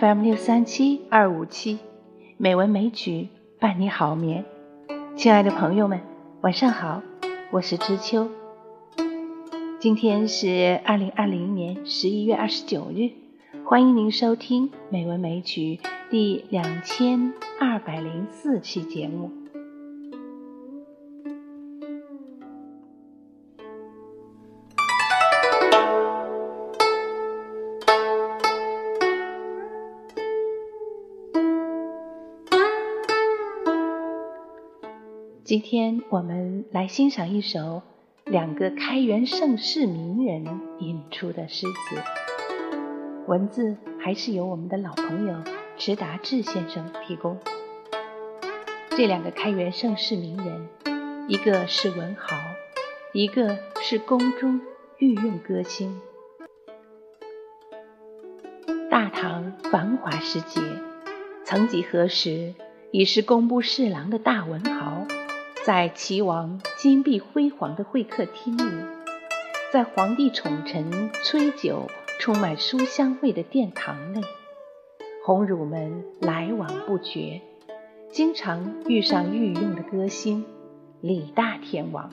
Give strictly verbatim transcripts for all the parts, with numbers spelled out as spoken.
F M 六三七二五七，美文美曲伴你好眠。亲爱的朋友们，晚上好，我是知秋。今天是二零二零年十一月二十九日，欢迎您收听美文美曲第两千二百零四期节目。今天我们来欣赏一首两个开元盛世名人引出的诗词，文字还是由我们的老朋友迟达志先生提供。这两个开元盛世名人，一个是文豪，一个是宫中御用歌星。大唐繁华时节，曾几何时，已是工部侍郎的大文豪，在齐王金碧辉煌的会客厅里，在皇帝宠臣吹酒充满书香味的殿堂内，红儒们来往不绝，经常遇上御用的歌星李大天王。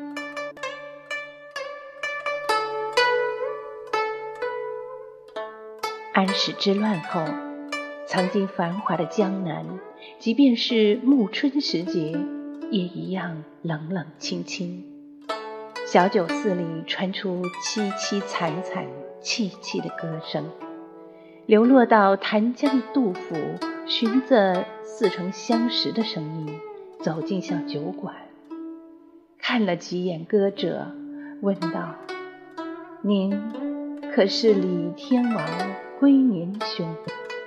安史之乱后，曾经繁华的江南，即便是暮春时节，也一样冷冷清清。小酒肆里传出凄凄惨惨戚戚的歌声，流落到潭江的杜甫循着似曾相识的声音走进小酒馆，看了几眼歌者，问道：您可是李天王龟年兄？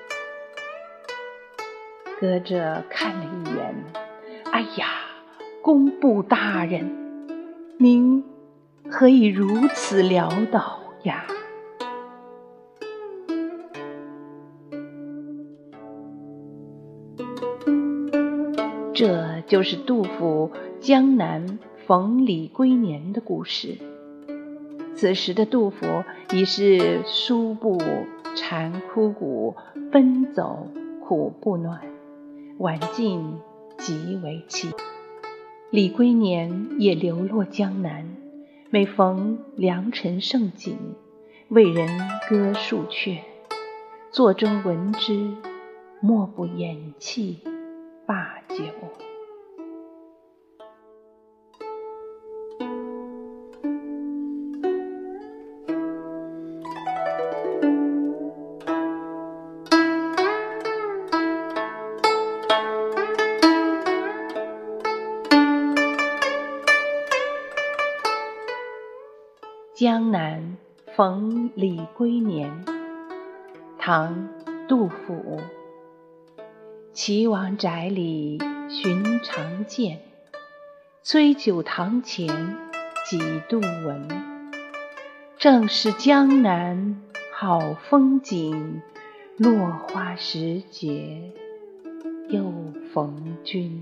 歌者看了一眼，哎呀，工部大人，您何以如此潦倒呀？这就是杜甫江南逢李龟年的故事。此时的杜甫已是书不蝉枯骨，奔走苦不暖，晚尽极为凄。李龟年也流落江南，每逢良辰盛景，为人歌数阙，座中闻之，莫不偃气罢酒。江南逢李龟年，唐·杜甫。齐王宅里寻常见，崔九堂前几度闻。正是江南好风景，落花时节又逢君。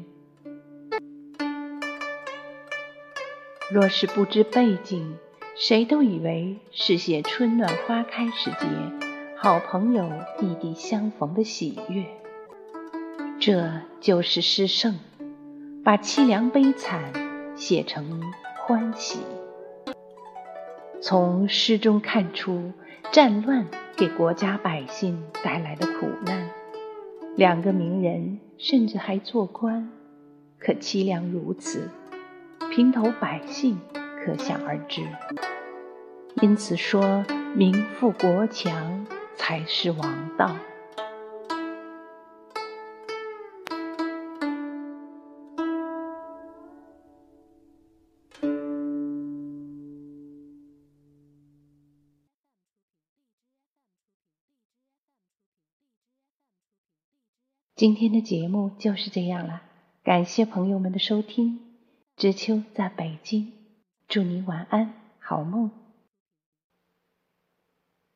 若是不知背景，谁都以为是写春暖花开时节，好朋友异地相逢的喜悦。这就是诗圣，把凄凉悲惨写成欢喜。从诗中看出战乱给国家百姓带来的苦难，两个名人甚至还做官，可凄凉如此，平头百姓可想而知。因此说，民富国强才是王道。今天的节目就是这样了，感谢朋友们的收听。知秋在北京，祝你晚安，好梦。